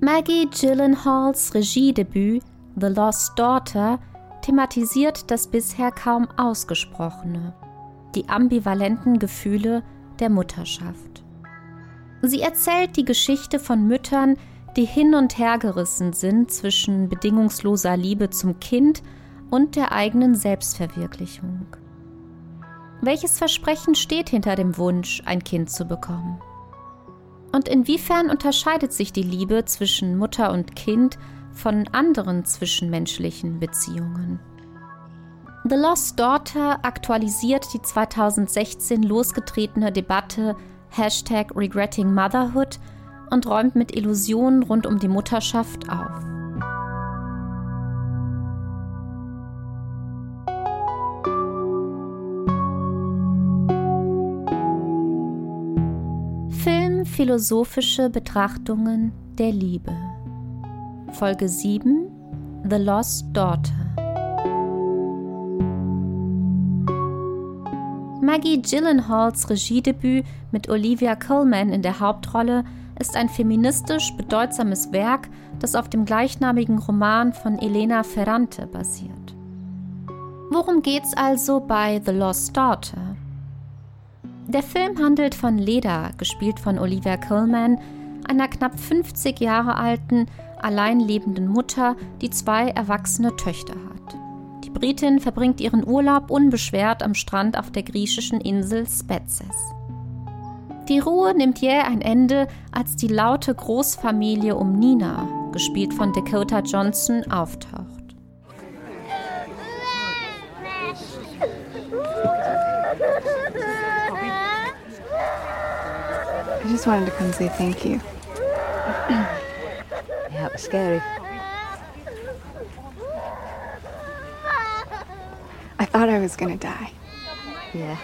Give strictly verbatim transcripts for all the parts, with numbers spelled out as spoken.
Maggie Gyllenhaals Regiedebüt The Lost Daughter thematisiert das bisher kaum Ausgesprochene, die ambivalenten Gefühle der Mutterschaft. Sie erzählt die Geschichte von Müttern, die hin und her gerissen sind zwischen bedingungsloser Liebe zum Kind und der eigenen Selbstverwirklichung. Welches Versprechen steht hinter dem Wunsch, ein Kind zu bekommen? Und inwiefern unterscheidet sich die Liebe zwischen Mutter und Kind von anderen zwischenmenschlichen Beziehungen? The Lost Daughter aktualisiert die zweitausendsechzehn losgetretene Debatte Hashtag Regretting Motherhood und räumt mit Illusionen rund um die Mutterschaft auf. Film Philosophische Betrachtungen der Liebe. Folge sieben: The Lost Daughter. Maggie Gyllenhaals Regiedebüt mit Olivia Colman in der Hauptrolle ist ein feministisch bedeutsames Werk, das auf dem gleichnamigen Roman von Elena Ferrante basiert. Worum geht's also bei The Lost Daughter? Der Film handelt von Leda, gespielt von Olivia Colman, einer knapp fünfzig Jahre alten, allein lebenden Mutter, die zwei erwachsene Töchter hat. Die Britin verbringt ihren Urlaub unbeschwert am Strand auf der griechischen Insel Spetses. Die Ruhe nimmt jäh ein Ende, als die laute Großfamilie um Nina, gespielt von Dakota Johnson, auftaucht. I just wanted to come say thank you. Yeah, it was scary. I thought I was gonna die. Yeah.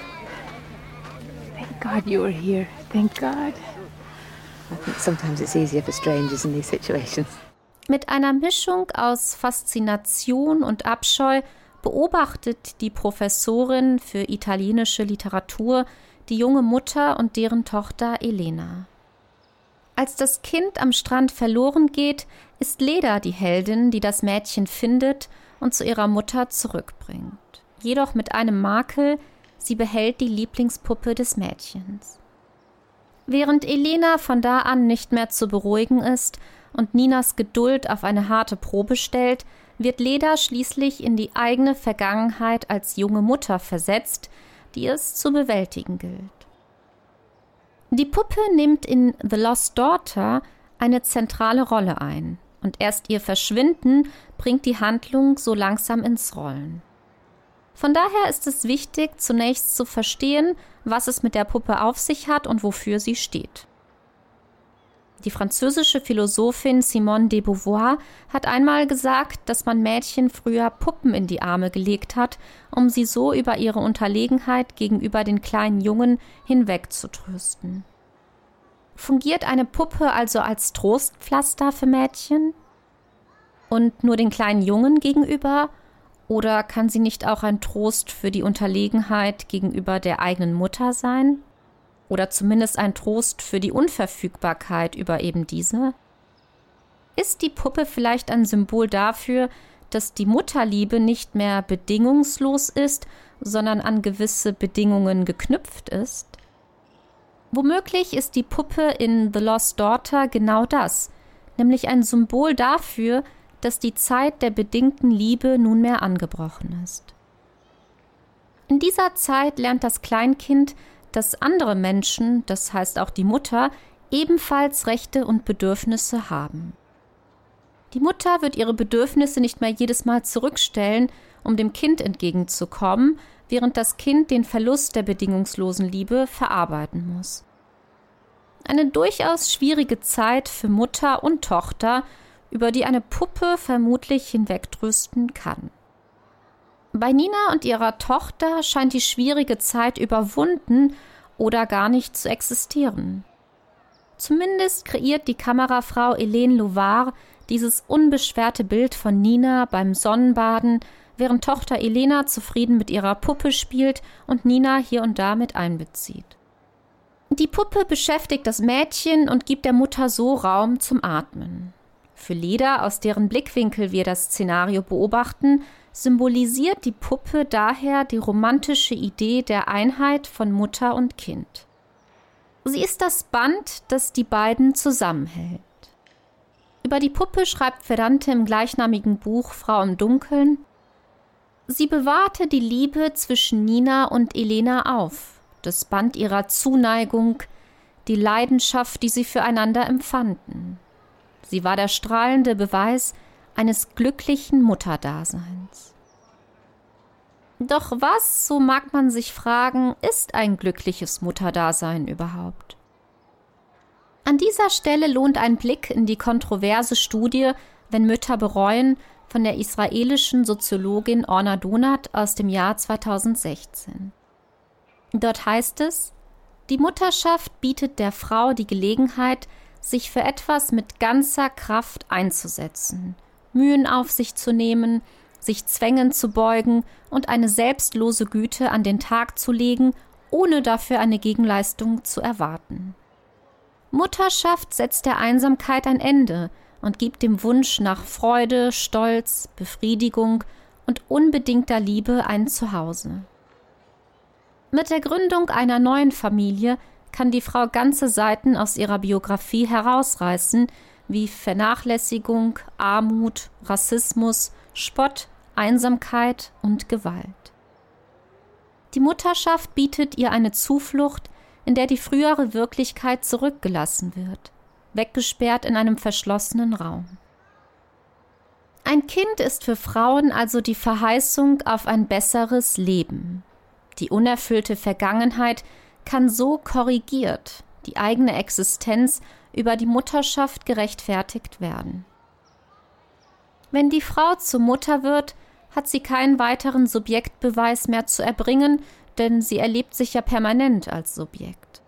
Thank God you were here. Thank God. I think sometimes it's easier for strangers in these situations. Mit einer Mischung aus Faszination und Abscheu beobachtet die Professorin für italienische Literatur die junge Mutter und deren Tochter Elena. Als das Kind am Strand verloren geht, ist Leda die Heldin, die das Mädchen findet und zu ihrer Mutter zurückbringt. Jedoch mit einem Makel: sie behält die Lieblingspuppe des Mädchens. Während Elena von da an nicht mehr zu beruhigen ist und Ninas Geduld auf eine harte Probe stellt, wird Leda schließlich in die eigene Vergangenheit als junge Mutter versetzt, die es zu bewältigen gilt. Die Puppe nimmt in The Lost Daughter eine zentrale Rolle ein und erst ihr Verschwinden bringt die Handlung so langsam ins Rollen. Von daher ist es wichtig, zunächst zu verstehen, was es mit der Puppe auf sich hat und wofür sie steht. Die französische Philosophin Simone de Beauvoir hat einmal gesagt, dass man Mädchen früher Puppen in die Arme gelegt hat, um sie so über ihre Unterlegenheit gegenüber den kleinen Jungen hinwegzutrösten. Fungiert eine Puppe also als Trostpflaster für Mädchen? Und nur den kleinen Jungen gegenüber? Oder kann sie nicht auch ein Trost für die Unterlegenheit gegenüber der eigenen Mutter sein? Oder zumindest ein Trost für die Unverfügbarkeit über eben diese? Ist die Puppe vielleicht ein Symbol dafür, dass die Mutterliebe nicht mehr bedingungslos ist, sondern an gewisse Bedingungen geknüpft ist? Womöglich ist die Puppe in The Lost Daughter genau das, nämlich ein Symbol dafür, dass die Zeit der bedingten Liebe nunmehr angebrochen ist. In dieser Zeit lernt das Kleinkind, dass andere Menschen, das heißt auch die Mutter, ebenfalls Rechte und Bedürfnisse haben. Die Mutter wird ihre Bedürfnisse nicht mehr jedes Mal zurückstellen, um dem Kind entgegenzukommen, während das Kind den Verlust der bedingungslosen Liebe verarbeiten muss. Eine durchaus schwierige Zeit für Mutter und Tochter, über die eine Puppe vermutlich hinwegtrösten kann. Bei Nina und ihrer Tochter scheint die schwierige Zeit überwunden oder gar nicht zu existieren. Zumindest kreiert die Kamerafrau Hélène Louvard dieses unbeschwerte Bild von Nina beim Sonnenbaden, während Tochter Elena zufrieden mit ihrer Puppe spielt und Nina hier und da mit einbezieht. Die Puppe beschäftigt das Mädchen und gibt der Mutter so Raum zum Atmen. Für Leda, aus deren Blickwinkel wir das Szenario beobachten, symbolisiert die Puppe daher die romantische Idee der Einheit von Mutter und Kind. Sie ist das Band, das die beiden zusammenhält. Über die Puppe schreibt Ferrante im gleichnamigen Buch Frau im Dunkeln: Sie bewahrte die Liebe zwischen Nina und Elena auf, das Band ihrer Zuneigung, die Leidenschaft, die sie füreinander empfanden. Sie war der strahlende Beweis eines glücklichen Mutterdaseins. Doch was, so mag man sich fragen, ist ein glückliches Mutterdasein überhaupt? An dieser Stelle lohnt ein Blick in die kontroverse Studie »Wenn Mütter bereuen« von der israelischen Soziologin Orna Donat aus dem Jahr zweitausendsechzehn. Dort heißt es: Die Mutterschaft bietet der Frau die Gelegenheit, sich für etwas mit ganzer Kraft einzusetzen, Mühen auf sich zu nehmen, sich Zwängen zu beugen und eine selbstlose Güte an den Tag zu legen, ohne dafür eine Gegenleistung zu erwarten. Mutterschaft setzt der Einsamkeit ein Ende und gibt dem Wunsch nach Freude, Stolz, Befriedigung und unbedingter Liebe ein Zuhause. Mit der Gründung einer neuen Familie kann die Frau ganze Seiten aus ihrer Biografie herausreißen, wie Vernachlässigung, Armut, Rassismus, Spott, Einsamkeit und Gewalt. Die Mutterschaft bietet ihr eine Zuflucht, in der die frühere Wirklichkeit zurückgelassen wird, weggesperrt in einem verschlossenen Raum. Ein Kind ist für Frauen also die Verheißung auf ein besseres Leben. Die unerfüllte Vergangenheit kann so korrigiert, die eigene Existenz über die Mutterschaft gerechtfertigt werden. Wenn die Frau zur Mutter wird, hat sie keinen weiteren Subjektbeweis mehr zu erbringen, denn sie erlebt sich ja permanent als Subjekt.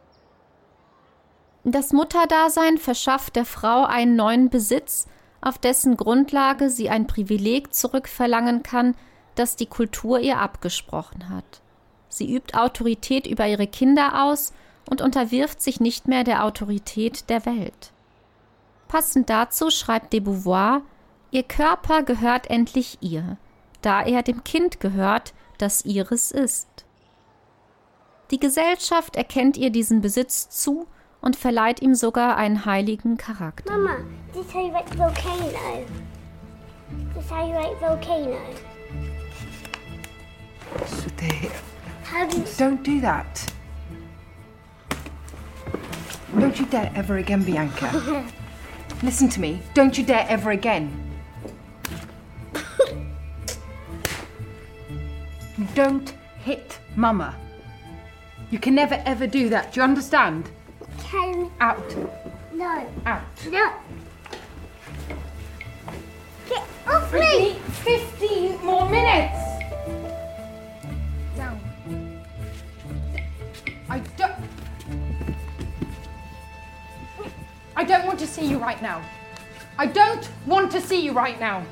Das Mutterdasein verschafft der Frau einen neuen Besitz, auf dessen Grundlage sie ein Privileg zurückverlangen kann, das die Kultur ihr abgesprochen hat. Sie übt Autorität über ihre Kinder aus und unterwirft sich nicht mehr der Autorität der Welt. Passend dazu schreibt de Beauvoir: Ihr Körper gehört endlich ihr, da er dem Kind gehört, das ihres ist. Die Gesellschaft erkennt ihr diesen Besitz zu und verleiht ihm sogar einen heiligen Charakter. Mama, this is how you write volcano. This is how you write volcano. So there. How do you... Don't do that. Don't you dare ever again, Bianca. Listen to me. Don't you dare ever again. You don't hit Mama. You can never ever do that. Do you understand? Can... Out. No. Out. No. Get off Give me! me fifteen more minutes. Down. I don't... I don't want to see you right now. I don't want to see you right now.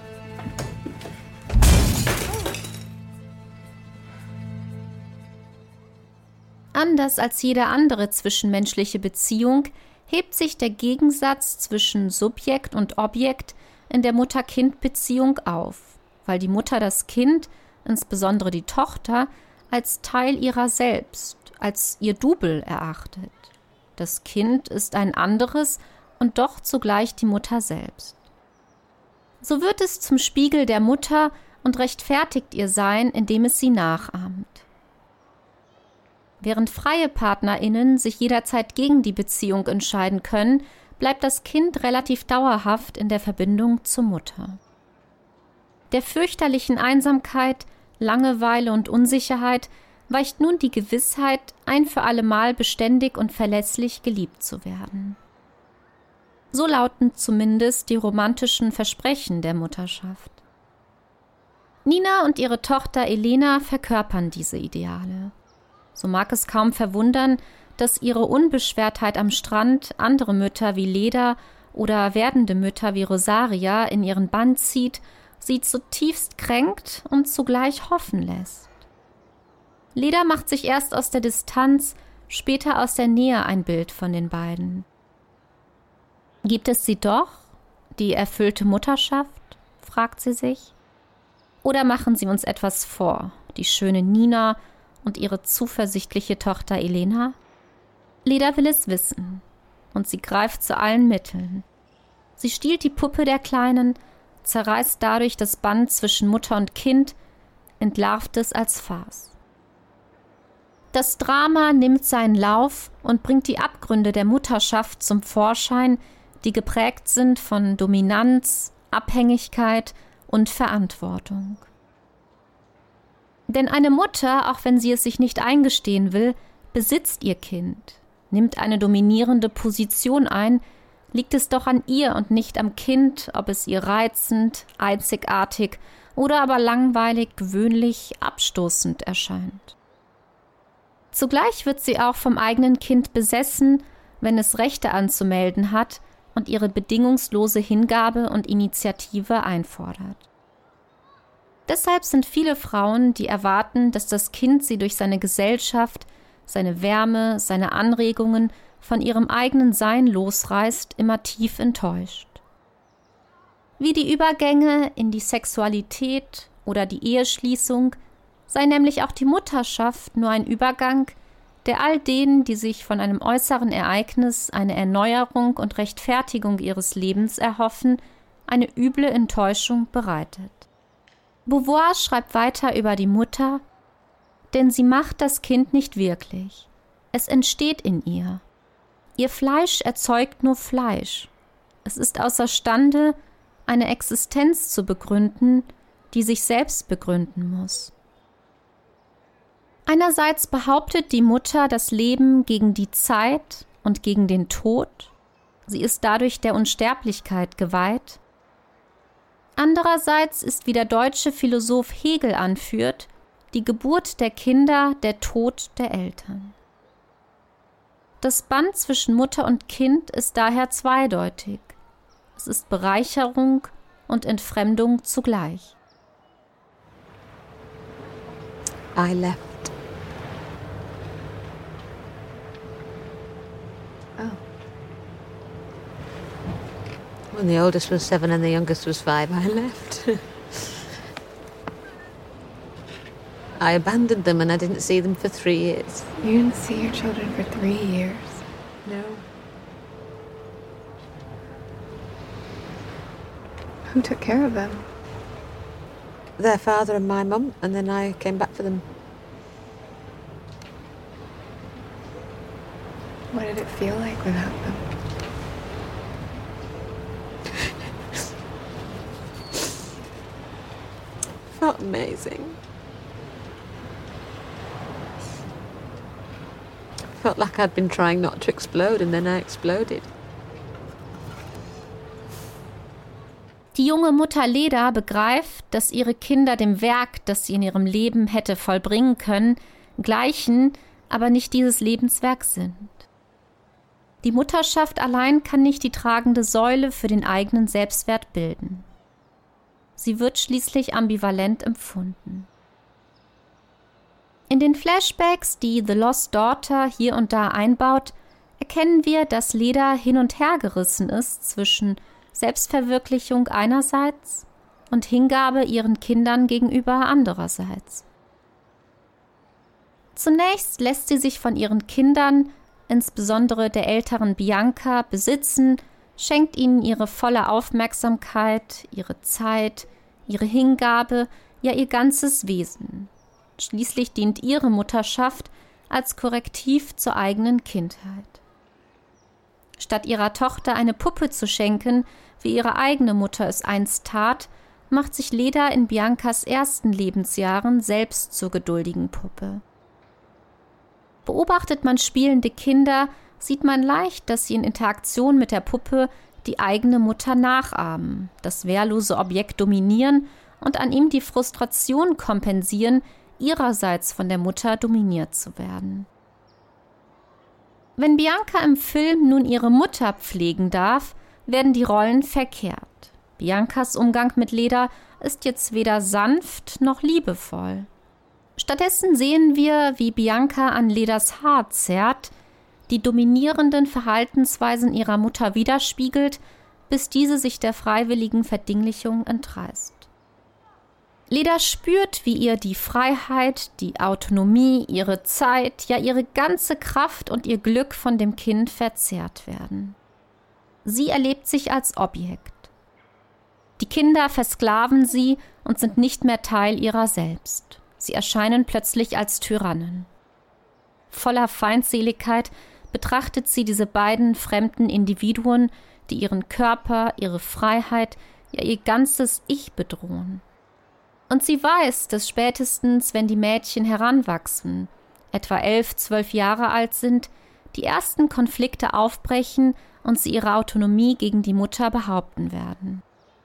Anders als jede andere zwischenmenschliche Beziehung hebt sich der Gegensatz zwischen Subjekt und Objekt in der Mutter-Kind-Beziehung auf, weil die Mutter das Kind, insbesondere die Tochter, als Teil ihrer selbst, als ihr Double erachtet. Das Kind ist ein anderes und doch zugleich die Mutter selbst. So wird es zum Spiegel der Mutter und rechtfertigt ihr Sein, indem es sie nachahmt. Während freie PartnerInnen sich jederzeit gegen die Beziehung entscheiden können, bleibt das Kind relativ dauerhaft in der Verbindung zur Mutter. Der fürchterlichen Einsamkeit, Langeweile und Unsicherheit weicht nun die Gewissheit, ein für allemal beständig und verlässlich geliebt zu werden. So lauten zumindest die romantischen Versprechen der Mutterschaft. Nina und ihre Tochter Elena verkörpern diese Ideale. So mag es kaum verwundern, dass ihre Unbeschwertheit am Strand andere Mütter wie Leda oder werdende Mütter wie Rosaria in ihren Bann zieht, sie zutiefst kränkt und zugleich hoffen lässt. Leda macht sich erst aus der Distanz, später aus der Nähe ein Bild von den beiden. Gibt es sie doch? Die erfüllte Mutterschaft, fragt sie sich. Oder machen sie uns etwas vor, die schöne Nina und ihre zuversichtliche Tochter Elena? Leda will es wissen, und sie greift zu allen Mitteln. Sie stiehlt die Puppe der Kleinen, zerreißt dadurch das Band zwischen Mutter und Kind, entlarvt es als Farce. Das Drama nimmt seinen Lauf und bringt die Abgründe der Mutterschaft zum Vorschein, die geprägt sind von Dominanz, Abhängigkeit und Verantwortung. Denn eine Mutter, auch wenn sie es sich nicht eingestehen will, besitzt ihr Kind, nimmt eine dominierende Position ein, liegt es doch an ihr und nicht am Kind, ob es ihr reizend, einzigartig oder aber langweilig, gewöhnlich, abstoßend erscheint. Zugleich wird sie auch vom eigenen Kind besessen, wenn es Rechte anzumelden hat und ihre bedingungslose Hingabe und Initiative einfordert. Deshalb sind viele Frauen, die erwarten, dass das Kind sie durch seine Gesellschaft, seine Wärme, seine Anregungen von ihrem eigenen Sein losreißt, immer tief enttäuscht. Wie die Übergänge in die Sexualität oder die Eheschließung sei nämlich auch die Mutterschaft nur ein Übergang, der all denen, die sich von einem äußeren Ereignis eine Erneuerung und Rechtfertigung ihres Lebens erhoffen, eine üble Enttäuschung bereitet. Beauvoir schreibt weiter über die Mutter, denn sie macht das Kind nicht wirklich. Es entsteht in ihr. Ihr Fleisch erzeugt nur Fleisch. Es ist außerstande, eine Existenz zu begründen, die sich selbst begründen muss. Einerseits behauptet die Mutter das Leben gegen die Zeit und gegen den Tod. Sie ist dadurch der Unsterblichkeit geweiht. Andererseits ist, wie der deutsche Philosoph Hegel anführt, die Geburt der Kinder der Tod der Eltern. Das Band zwischen Mutter und Kind ist daher zweideutig. Es ist Bereicherung und Entfremdung zugleich. I left. Oh. When the oldest was seven and the youngest was five, I left. I abandoned them and I didn't see them for three years. You didn't see your children for three years? No. Who took care of them? Their father and my mum, and then I came back for them. What did it feel like without them? Felt amazing. Felt like I'd been trying not to explode and then I exploded. Die junge Mutter Leda begreift, dass ihre Kinder dem Werk, das sie in ihrem Leben hätte vollbringen können, gleichen, aber nicht dieses Lebenswerk sind. Die Mutterschaft allein kann nicht die tragende Säule für den eigenen Selbstwert bilden. Sie wird schließlich ambivalent empfunden. In den Flashbacks, die The Lost Daughter hier und da einbaut, erkennen wir, dass Leda hin und her gerissen ist zwischen Selbstverwirklichung einerseits und Hingabe ihren Kindern gegenüber andererseits. Zunächst lässt sie sich von ihren Kindern, insbesondere der älteren Bianca, besitzen, schenkt ihnen ihre volle Aufmerksamkeit, ihre Zeit, ihre Hingabe, ja ihr ganzes Wesen. Schließlich dient ihre Mutterschaft als Korrektiv zur eigenen Kindheit. Statt ihrer Tochter eine Puppe zu schenken, wie ihre eigene Mutter es einst tat, macht sich Leda in Biancas ersten Lebensjahren selbst zur geduldigen Puppe. Beobachtet man spielende Kinder, sieht man leicht, dass sie in Interaktion mit der Puppe die eigene Mutter nachahmen, das wehrlose Objekt dominieren und an ihm die Frustration kompensieren, ihrerseits von der Mutter dominiert zu werden. Wenn Bianca im Film nun ihre Mutter pflegen darf, werden die Rollen verkehrt. Biancas Umgang mit Leda ist jetzt weder sanft noch liebevoll. Stattdessen sehen wir, wie Bianca an Ledas Haar zerrt, die dominierenden Verhaltensweisen ihrer Mutter widerspiegelt, bis diese sich der freiwilligen Verdinglichung entreißt. Leda spürt, wie ihr die Freiheit, die Autonomie, ihre Zeit, ja ihre ganze Kraft und ihr Glück von dem Kind verzehrt werden. Sie erlebt sich als Objekt. Die Kinder versklaven sie und sind nicht mehr Teil ihrer selbst. Sie erscheinen plötzlich als Tyrannen. Voller Feindseligkeit betrachtet sie diese beiden fremden Individuen, die ihren Körper, ihre Freiheit, ja ihr ganzes Ich bedrohen. Und sie weiß, dass spätestens, wenn die Mädchen heranwachsen, etwa elf, zwölf Jahre alt sind, die ersten Konflikte aufbrechen und sie ihre Autonomie gegen die Mutter behaupten werden.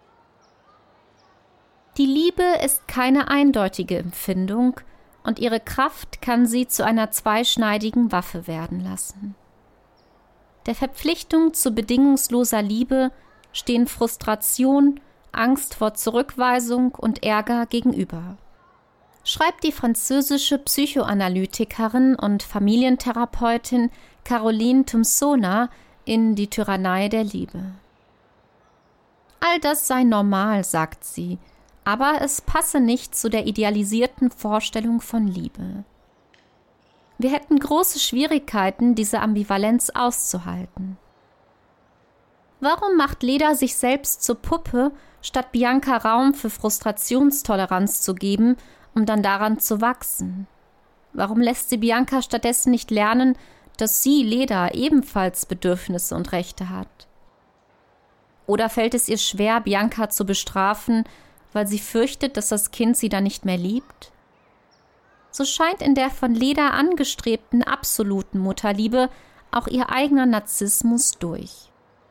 Die Liebe ist keine eindeutige Empfindung und ihre Kraft kann sie zu einer zweischneidigen Waffe werden lassen. Der Verpflichtung zu bedingungsloser Liebe stehen Frustration, Angst vor Zurückweisung und Ärger gegenüber. Schreibt die französische Psychoanalytikerin und Familientherapeutin Caroline Thompsona in Die Tyrannei der Liebe. All das sei normal, sagt sie, aber es passe nicht zu der idealisierten Vorstellung von Liebe. Wir hätten große Schwierigkeiten, diese Ambivalenz auszuhalten. Warum macht Leda sich selbst zur Puppe, statt Bianca Raum für Frustrationstoleranz zu geben, um dann daran zu wachsen? Warum lässt sie Bianca stattdessen nicht lernen, dass sie, Leda, ebenfalls Bedürfnisse und Rechte hat? Oder fällt es ihr schwer, Bianca zu bestrafen, weil sie fürchtet, dass das Kind sie dann nicht mehr liebt? So scheint in der von Leda angestrebten absoluten Mutterliebe auch ihr eigener Narzissmus durch.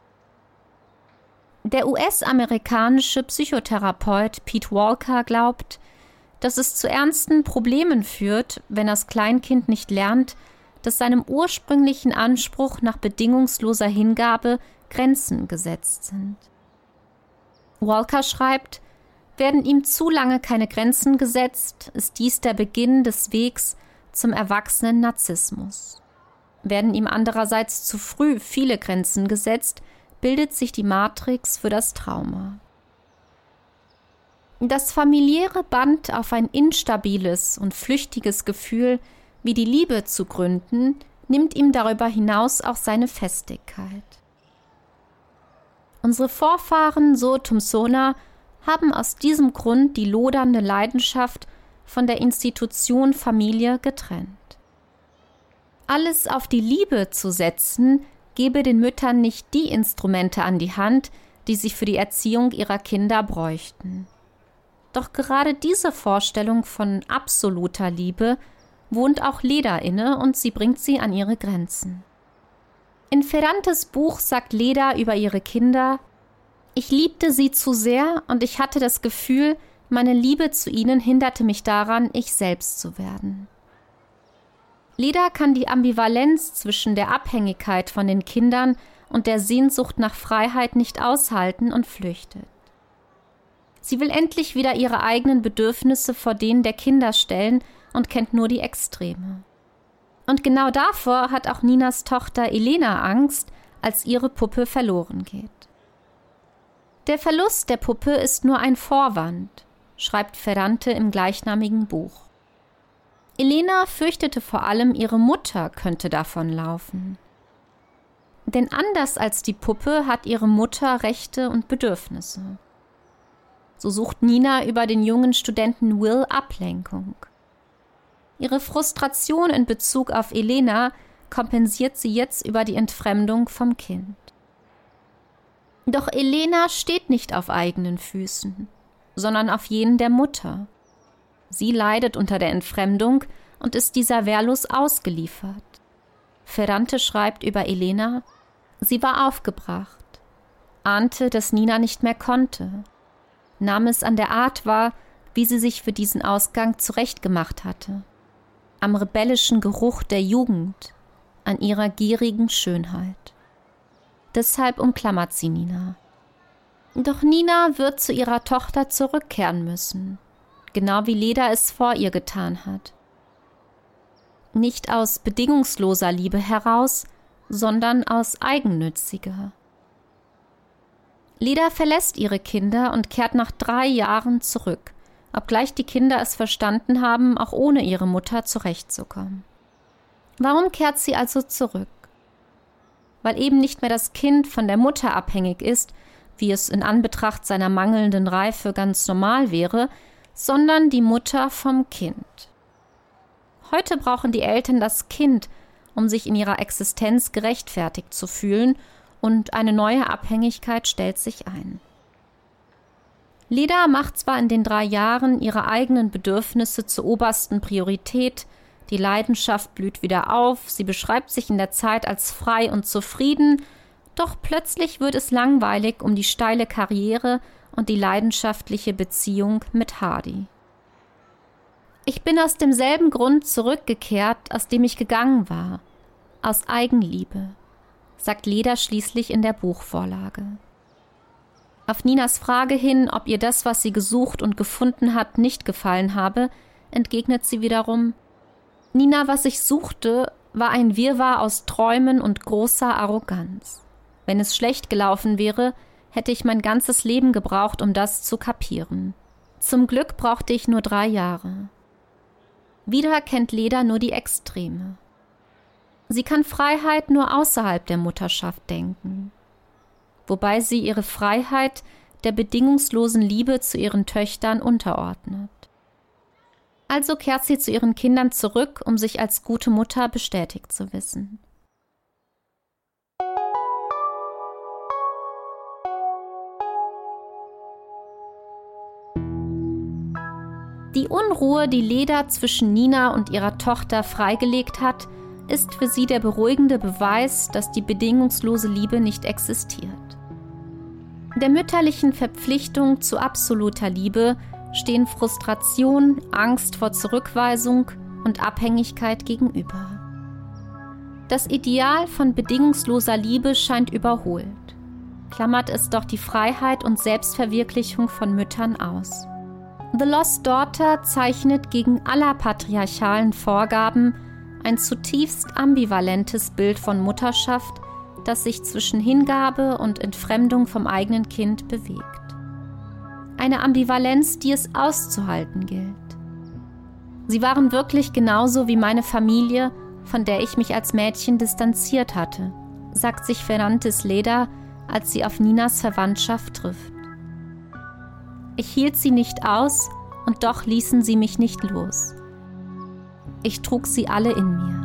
Der U S-amerikanische Psychotherapeut Pete Walker glaubt, dass es zu ernsten Problemen führt, wenn das Kleinkind nicht lernt, dass seinem ursprünglichen Anspruch nach bedingungsloser Hingabe Grenzen gesetzt sind. Walker schreibt, werden ihm zu lange keine Grenzen gesetzt, ist dies der Beginn des Wegs zum erwachsenen Narzissmus. Werden ihm andererseits zu früh viele Grenzen gesetzt, bildet sich die Matrix für das Trauma. Das familiäre Band auf ein instabiles und flüchtiges Gefühl wie die Liebe zu gründen, nimmt ihm darüber hinaus auch seine Festigkeit. Unsere Vorfahren, so Thompsona, haben aus diesem Grund die lodernde Leidenschaft von der Institution Familie getrennt. Alles auf die Liebe zu setzen, gebe den Müttern nicht die Instrumente an die Hand, die sie für die Erziehung ihrer Kinder bräuchten. Doch gerade diese Vorstellung von absoluter Liebe wohnt auch Leda inne und sie bringt sie an ihre Grenzen. In Ferrantes Buch sagt Leda über ihre Kinder: Ich liebte sie zu sehr und ich hatte das Gefühl, meine Liebe zu ihnen hinderte mich daran, ich selbst zu werden. Leda kann die Ambivalenz zwischen der Abhängigkeit von den Kindern und der Sehnsucht nach Freiheit nicht aushalten und flüchtet. Sie will endlich wieder ihre eigenen Bedürfnisse vor denen der Kinder stellen und kennt nur die Extreme. Und genau davor hat auch Ninas Tochter Elena Angst, als ihre Puppe verloren geht. Der Verlust der Puppe ist nur ein Vorwand, schreibt Ferrante im gleichnamigen Buch. Elena fürchtete vor allem, ihre Mutter könnte davonlaufen. Denn anders als die Puppe hat ihre Mutter Rechte und Bedürfnisse. So sucht Nina über den jungen Studenten Will Ablenkung. Ihre Frustration in Bezug auf Elena kompensiert sie jetzt über die Entfremdung vom Kind. Doch Elena steht nicht auf eigenen Füßen, sondern auf jenen der Mutter. Sie leidet unter der Entfremdung und ist dieser wehrlos ausgeliefert. Ferrante schreibt über Elena: Sie war aufgebracht, ahnte, dass Nina nicht mehr konnte, nahm es an der Art wahr, wie sie sich für diesen Ausgang zurechtgemacht hatte, am rebellischen Geruch der Jugend, an ihrer gierigen Schönheit. Deshalb umklammert sie Nina. Doch Nina wird zu ihrer Tochter zurückkehren müssen, genau wie Leda es vor ihr getan hat. Nicht aus bedingungsloser Liebe heraus, sondern aus eigennütziger. Leda verlässt ihre Kinder und kehrt nach drei Jahren zurück, obgleich die Kinder es verstanden haben, auch ohne ihre Mutter zurechtzukommen. Warum kehrt sie also zurück? Weil eben nicht mehr das Kind von der Mutter abhängig ist, wie es in Anbetracht seiner mangelnden Reife ganz normal wäre, sondern die Mutter vom Kind. Heute brauchen die Eltern das Kind, um sich in ihrer Existenz gerechtfertigt zu fühlen, und eine neue Abhängigkeit stellt sich ein. Leda macht zwar in den drei Jahren ihre eigenen Bedürfnisse zur obersten Priorität, die Leidenschaft blüht wieder auf, sie beschreibt sich in der Zeit als frei und zufrieden, doch plötzlich wird es langweilig um die steile Karriere und die leidenschaftliche Beziehung mit Hardy. Ich bin aus demselben Grund zurückgekehrt, aus dem ich gegangen war, aus Eigenliebe, sagt Leda schließlich in der Buchvorlage. Auf Ninas Frage hin, ob ihr das, was sie gesucht und gefunden hat, nicht gefallen habe, entgegnet sie wiederum: Nina, was ich suchte, war ein Wirrwarr aus Träumen und großer Arroganz. Wenn es schlecht gelaufen wäre, hätte ich mein ganzes Leben gebraucht, um das zu kapieren. Zum Glück brauchte ich nur drei Jahre. Wieder kennt Leda nur die Extreme. Sie kann Freiheit nur außerhalb der Mutterschaft denken, wobei sie ihre Freiheit der bedingungslosen Liebe zu ihren Töchtern unterordnet. Also kehrt sie zu ihren Kindern zurück, um sich als gute Mutter bestätigt zu wissen. Die Unruhe, die Leda zwischen Nina und ihrer Tochter freigelegt hat, ist für sie der beruhigende Beweis, dass die bedingungslose Liebe nicht existiert. Der mütterlichen Verpflichtung zu absoluter Liebe stehen Frustration, Angst vor Zurückweisung und Abhängigkeit gegenüber. Das Ideal von bedingungsloser Liebe scheint überholt. Klammert es doch die Freiheit und Selbstverwirklichung von Müttern aus. The Lost Daughter zeichnet gegen aller patriarchalen Vorgaben ein zutiefst ambivalentes Bild von Mutterschaft, das sich zwischen Hingabe und Entfremdung vom eigenen Kind bewegt. Eine Ambivalenz, die es auszuhalten gilt. Sie waren wirklich genauso wie meine Familie, von der ich mich als Mädchen distanziert hatte, sagt sich Ferrantes Leda, als sie auf Ninas Verwandtschaft trifft. Ich hielt sie nicht aus, und doch ließen sie mich nicht los. Ich trug sie alle in mir.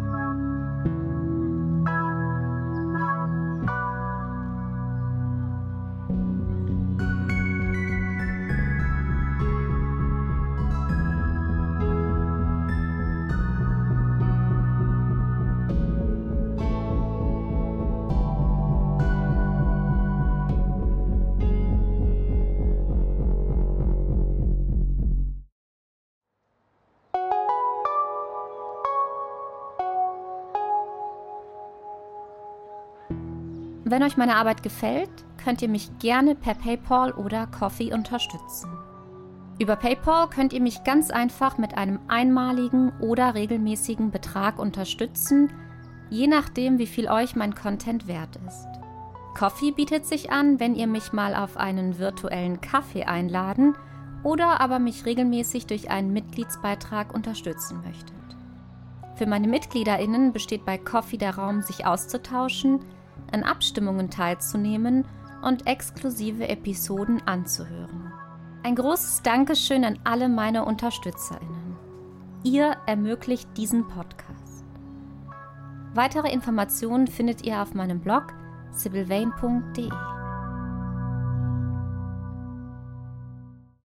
Wenn euch meine Arbeit gefällt, könnt ihr mich gerne per PayPal oder Ko-fi unterstützen. Über PayPal könnt ihr mich ganz einfach mit einem einmaligen oder regelmäßigen Betrag unterstützen, je nachdem, wie viel euch mein Content wert ist. Ko-fi bietet sich an, wenn ihr mich mal auf einen virtuellen Kaffee einladen oder aber mich regelmäßig durch einen Mitgliedsbeitrag unterstützen möchtet. Für meine MitgliederInnen besteht bei Ko-fi der Raum, sich auszutauschen, an Abstimmungen teilzunehmen und exklusive Episoden anzuhören. Ein großes Dankeschön an alle meine UnterstützerInnen. Ihr ermöglicht diesen Podcast. Weitere Informationen findet ihr auf meinem Blog sibyl vane punkt de.